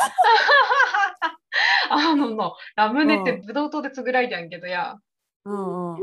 ラムネってうん。 ブドウ糖で作られてやんけどや。 うんうん。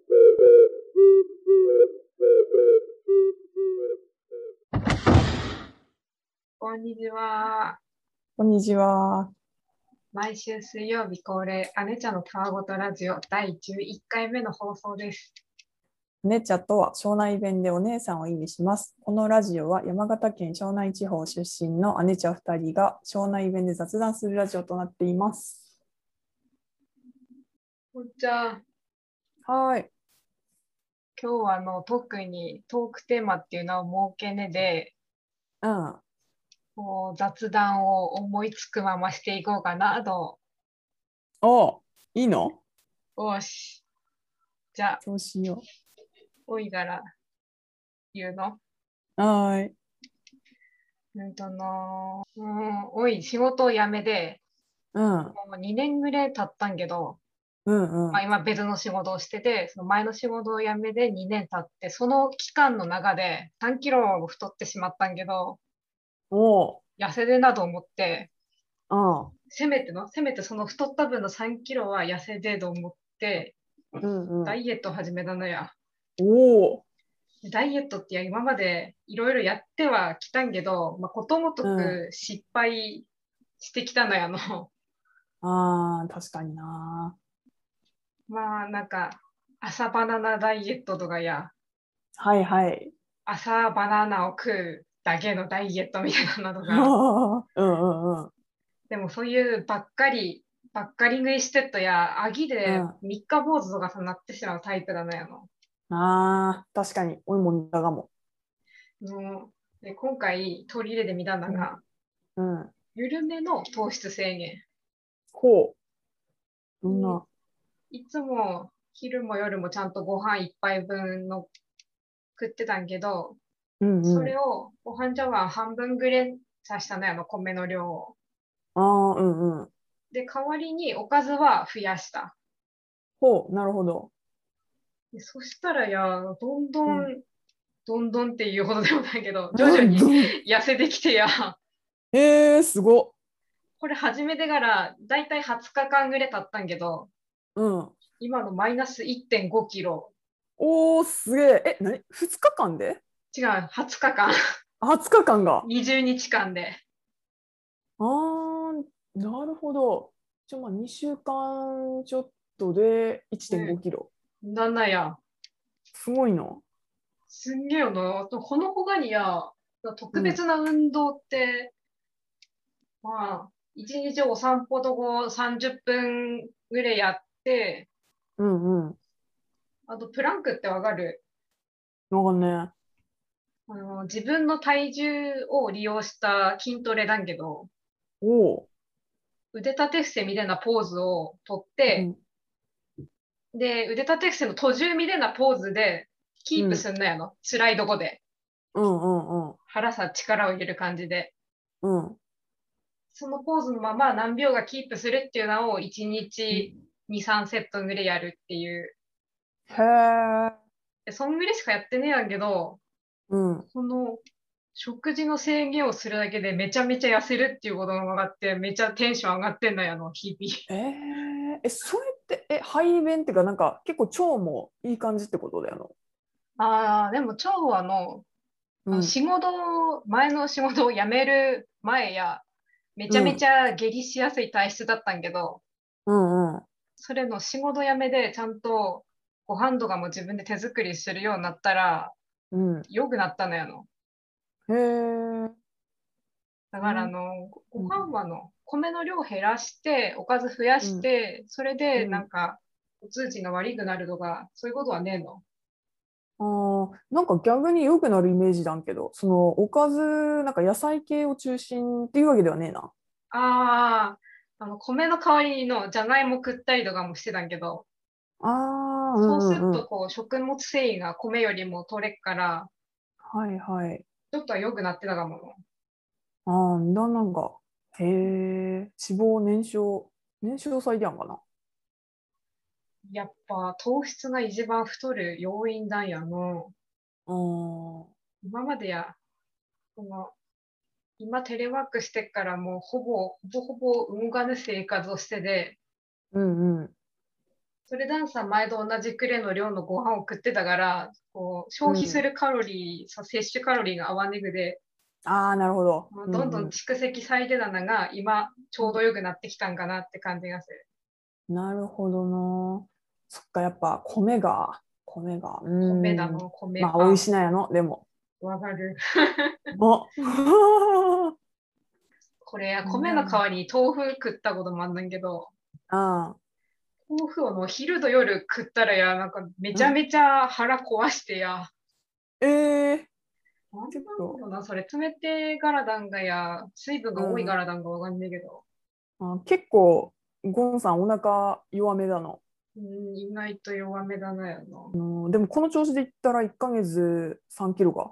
こんにちは。 こんにちは。 毎週水曜日恒例、姉ちゃんのたわごとラジオ第11回目の放送です。 ねちゃとは庄内弁でお姉さんを意味します。このラジオは山形県庄内地方出身の姉ちゃ2人が庄内弁で雑談するラジオとなっています。 じゃあ、 はい。 今日は特にトークテーマっていうのを設けねで、 うん。 こう雑談を思いつくまましていこうかなと。 お、いいの？ よし。じゃあ、 そうしよおいから言うの。 う。はい。 おい、仕事を辞めて、 うん。 もう2年ぐらい経ったんけど、 うんうん。 今別の仕事をしてて、その前の仕事を辞めて2年経って、その期間の中で3キロ太ってしまったんけど、 お、 痩せでなと思って、 うん。 せめてその太った分の3キロは痩せでと思って、 うんうん。 ダイエットを始めたのや。 おお。 ダイエットって今までいろいろやってはきたんけど、ことごとうん。 く失敗してきたのやの。 ああ、確かにな。 なんか、朝バナナダイエットとかや、 はいはい。 朝バナナを食うだけのダイエットみたいなのとか、 うんうんうん。 でもそういうばっかり食いしてっとや、アギでうん三日坊主とかさなってしまうタイプだなやの。 ああ、確かに、多いもんだがも。 で、今回取り入れてみたのうん。 が、 うん。 緩めの糖質制限。 ほう。どんでな。 いつも昼も夜もちゃんとご飯一杯分の食ってたんけど、 うんうん。 それをご飯茶碗半分ぐらいさしたのやの、米の量を。 ああ、うんうん。 で、代わりにおかずは増やした。 ほう、なるほど。 でそしたらうん。 どんどんっていうほどでもないけど、徐々 うんにどん痩せてきてや、 えー、すご。 これ始めてからだいたい20日間ぐらい経ったんけど、 うん。 今のマイナス1.5キロ。 おー、すげえ。え、なに？ 2 日間で？ 違う、20日間。 あ、20日間が。 20日間で。 あー、なるほど。まあ、2週間ちょっとで1.5 うキロ。 ん。なんなんや。 すごいな。 すんげえよな。この他に特うん。 別な運動って、1日お散歩とこ30分ぐらいやって、 うんうん。 あとプランクってわかる？ わかんね自分の体重を利用した筋トレだけど、 え。おー。 腕立て伏せみたいなポーズをとって、 うん。 で、腕立て伏せの途中みたいなポーズでキープうん。 すんのやの。辛いとこで。 うんうんうん。 腹さ、力を入れる感じで。 うん。 そのポーズのまま何秒がキープするっていうのを1日うん 2、3セットぐらいやるっていう。 へえ。 でそんぐらいしかやってねえやんけど、 うん。 この食事の制限をするだけでめちゃめちゃ痩せるっていうことが分かって、めちゃテンション上がってんのよ、日々。 それって、排便っていうか、なんか、結構腸もいい感じってことだよでも腸はな。うん。 前の仕事を辞める前や、めちゃめちうん。 ゃ下痢しやすい体質だったんけど、 うんうん。 それの仕事辞めでちゃんとご飯とかも自分で手作りするようになったら、 うん。 良くなったのよの。 へえ。 だからうん。 ごうん。 飯は米の量減らして、おかず増やうん。 して、それでうん。 お通じが悪くなるとか、そういうことはねえの。 ああ、なんか逆に良くなるイメージだんけど、そのおかず、なんか野菜系を中心っていうわけではねえな。 あ米の代わりのじゃがいも食ったりとかもしてたんけど、 ああ、うそうするんうんうん。 と食物繊維が米よりも取れっから、 はいはい。 ちょっとは良くなってたかも。 ああ、なんか、へえ、脂肪燃焼最やんかな。 やっぱ糖質が一番太る要因だんやの。 ああ、 今までや、この今テレワークしてからもうほぼ動かぬ生活をしてて、 うんうん。 それダンさん毎度同じくらいの量のご飯を食ってたから、こう消費すうん。 るカロリー、摂取カロリーが合わねぐで、 ああ、なるほど。 もうどんどんうん蓄積されてたのが今ちょううん。 ど良くなってきたんかなって感じがする。 なるほどな。そっか、やっぱ米が、 米まあ、美味パン。 しないやの、でも。 わかる。 おこれ、米の代だな。 わりに豆腐食ったこともあんなんけど、 ああ。 豆腐をもう昼と夜食ったらや、なんかめちゃうん。 めちゃ腹壊してや、 ええなん結構。 なんだろうな、それ、冷てガラダンがや、水分が多いガうん。 ラダンがわかんないけど、 結構、ゴンさんお腹弱めだの。 うん、意外と弱めだなよな。 でもこの調子でいったら1ヶ月3キロか。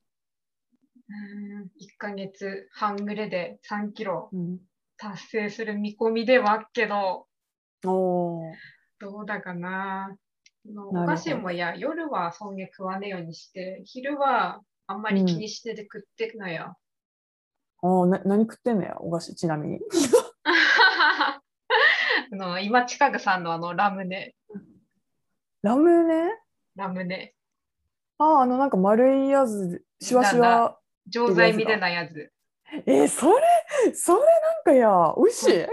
1ヶ月半ぐらいで3キロうん。 達成する見込みではあっけど、 おー、 どうだかな。おな菓るほど。 子もや、夜はそんげ食わねえようにして、昼はあんまり気うん。 にしてて食ってなや。 何食ってんのや、お菓子、ちなみに。 今、近くさんのラムネ、 ラムネ。 ラムネ、 なんか丸いやつ、シワだな、 シワして錠剤みたいるやつが。 なやつ。 それなんかや、美味しい。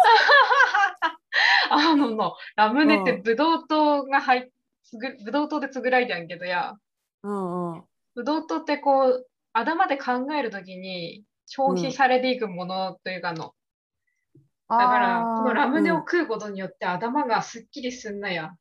ラムネってうん。 ブドウ糖で作られてんけどや、 うんうん。 ブドウ糖ってこう、頭で考えるときに消費うん。 されていくものというかだから、このラムネをうん。 食うことによって頭がすっきりすんなや。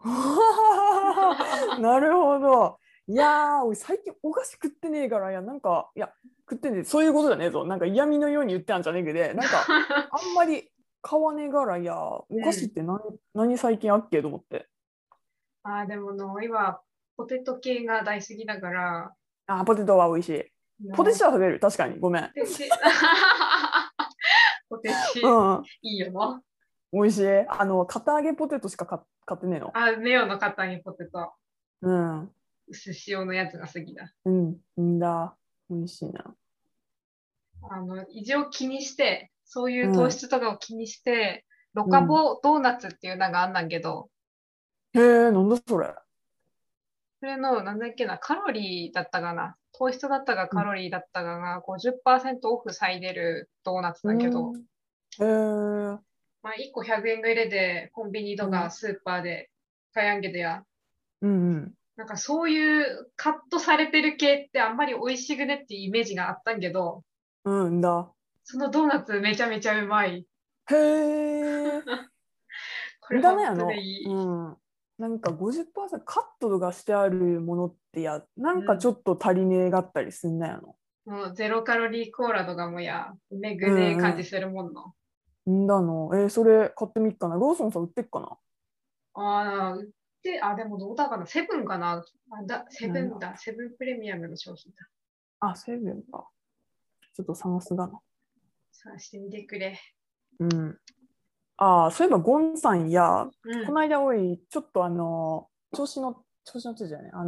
なるほど。いや俺最近お菓子食ってねえから、いや、食ってねえ、そういうことじゃねえぞ。なんか嫌味のように言ってあんじゃねえけど、あんまり買わねえから、お菓子っうん。 て何最近あっけと思って。 でも今、ポテト系が大好きだから、 ポテトは美味しい。ポテチの、 は食べる。確かに。ごめん。 ポテチ、ポテチ、 うん。 いいよな。 美味しい。片揚げポテトしか買ってねえの。 ネオの方にポテト、 うん。 薄塩のやつが好きだ。 うん。んだ。美味しいな。 異常気にして、そういう糖うん。 質とかを気にして、ロうん。 カボドーナツっていうのがあんなんけど、 へえ、なんだそれ。 それの、なんだっけな、カロリーだったかな。糖質だったかうん。 カロリーだったかが50%オフされてるドーナツうだけど、 ん。へえ。 まあ、1個100円ぐらいでコンビニとかうん。 スーパーで買えやんけどや。 うんうん。 なんかそういうカットされてる系ってあんまり美味しくねっていうイメージがあったんけど、 うんだ。 そのドーナツめちゃめちゃうまい。 へえ。 これだね、 本当でいい。 なんか50%カットがしてあるものってなんかちうん。 ょっと足りねえがったりすんなよの。 もうゼロカロリーコーラとかもや、めうぐねえ感じんするもんの。 うん。だの。それ買ってみっかな。ローソンさん売ってっかな。 売って、でもどうだかな。セブンかな。セブないな。 ンだ。セブンプレミアムの商品だ。 セブンか。ちょっと探すがな。 探してみてくれ。 うん。そういえばゴンさんや、 うん。 この間おい、ちょっと調子のつじゃね。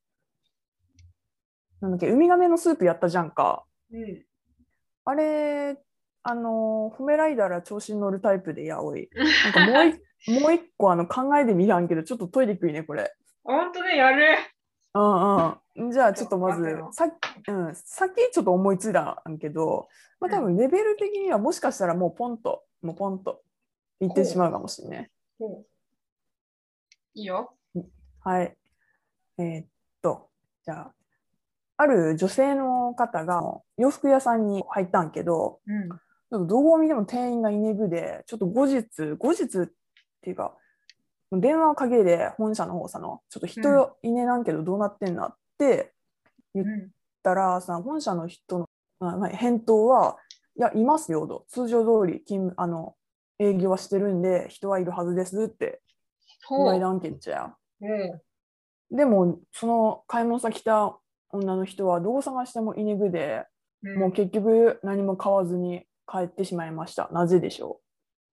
なんだっけ、ウミガメのスープやったじゃんか。 うん。 あれ、褒めらいだら調子に乗るタイプでや、おい。なんかもう一個考えてみらんけど、ちょっとトイレ食いね、これ。 本当ね、やる。 うんうん。じゃあ、ちょっとちょっとまず、 待ってよ。 さっきちょっと思いついたんけど、まあうん。 多分レベル的にはもしかしたらもうポンと言ってしほう。 まうかもしれない。 ほう。いいよ。 はい。えーっと、じゃあ、ある女性の方が洋服屋さんに入ったんけど、 うん。 ちょっとどう見ても店員がいねぐで、ちょっと後日っていうか、電話をかけで本社の方さの、ちょっとうん。 人いねなんけどどうなってんなって言っうん。 たらさ、本社の人の返答は、いや、いますよと、通常通り営業はしてるんで、人はいるはずですって言われほたんけっちゃ。 う。ほでも、その買い物先来た女の人はどう探してもいねぐで、 う。うん。 もう結局何も買わずに帰ってしまいました。なぜでしょ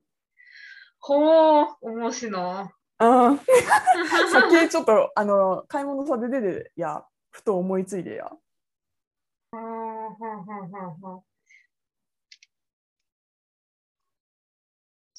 ほう。面白い。 う。さっきちょっと買い物さで出て、ふと思いついてや。 はあ、はあ、はあ、はあ。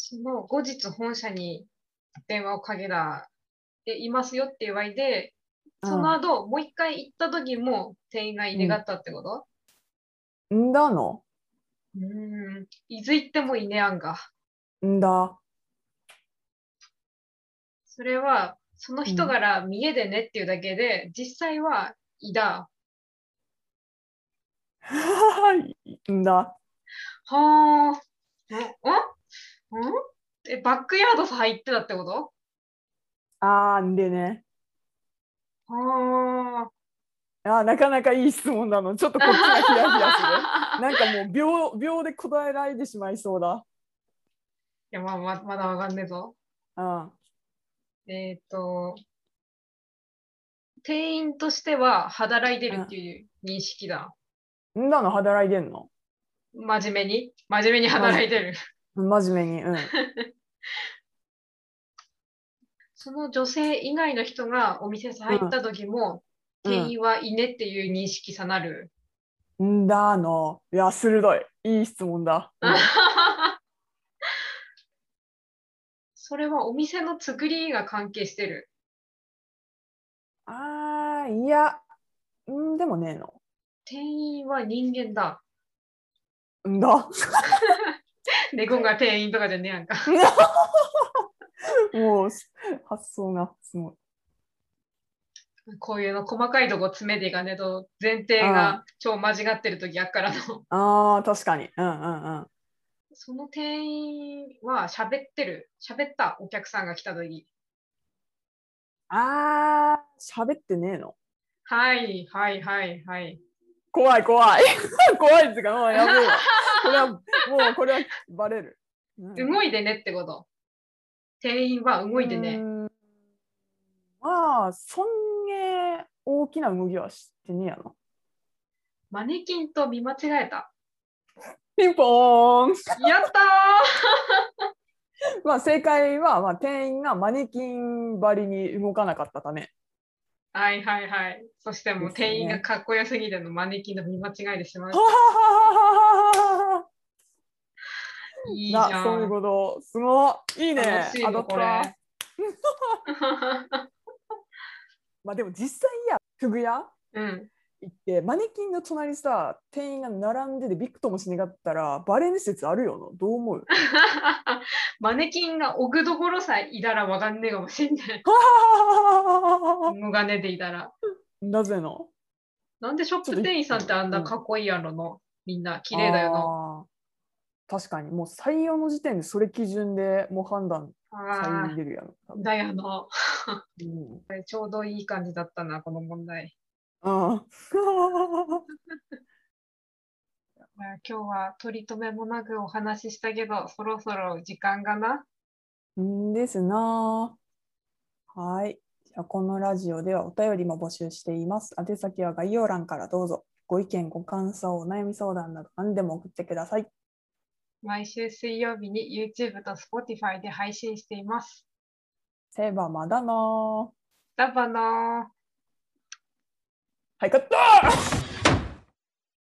その後日本社に電話をかけた。で、いますよって言われて、その後、もう一回行った時も店員がいねがったってこと？ んだのいつ行ってもいねやんが。 んだ。 それは、その人うん。 から見えでねっていうだけで、実際はいだ。 んだ。 はあ。バックヤードさ入ってたってこと？ んでね。 はあ。 なかなかいい質問なの。ちょっとこっちがヒヤヒヤする。なんかもう秒で答えられてしまいそうだ。 いや、まだわかんねえぞ。 うん。 えっと、店員としては働いてるっていう認識だ。 んだの働いてんの？ 真面目にまじ、 働いてる。 真面目に。うん。 その女性以外の人がお店に入った時も、 うん。 店員はいねっていう認識さなる。 んだの。いや、鋭い。いい質問だ。うん。 それはお店の作りが関係してる。 いや、でもねえの。 店員は人間だ。 んだ。 猫が店員とかじゃねえやんか。 もう、発想がすごい。 こういうの細かいとこ詰めていかねえと、前提が超間違ってる時やっからの。 確かに。うんうんうん。 その店員は喋ったお客さんが来た時。 喋ってねえの。 はい、はい、はい、はい。 怖い怖い。怖いっていうか、もうやべえわ。これはバレる。 動いでねってこと。店員は動いでね。 そんげ大きな動きはしてねえやな。 マネキンと見間違えた。 ピンポーン。 やった正解は、店員がマネキン張りに動かなかったためーはいはいはい。そしてもでう店員がすよね。 かっこよすぎてのマネキンの見間違いでしまはう。 ははいいじゃそういうん。 こと。すごい。いいね。 楽しいの、 当たった。 これ。 でも実際フグ屋うん。 行ってマネキンの隣さ店員が並んでてビクともしねがったらバレン説あるよな。どう思う？ マネキンが置くところさえいたらわかんねえかもしんない。動かねていたら。 なぜの？ なんでショッちょっと、 プ店員さんってあんなうん、 かっこいいやろの。みんな綺麗だよの。 確かにもう採用の時点でそれ基準でもう判断されあるやん。多あ、 分。 だよの。 うん。 ちょうどいい感じだったな、この問題。 あ今日は取り留めもなくお話ししたけど、そろそろ時間がな。 んですな。はい。じゃあこのラジオではお便りも募集しています。宛先は概要欄からどうぞ。ご意見、ご感想、お悩み相談など何でも送ってください。 毎週水曜日に YouTube と Spotify で配信しています。 せーばまだなー。 だばなー。 はい、カット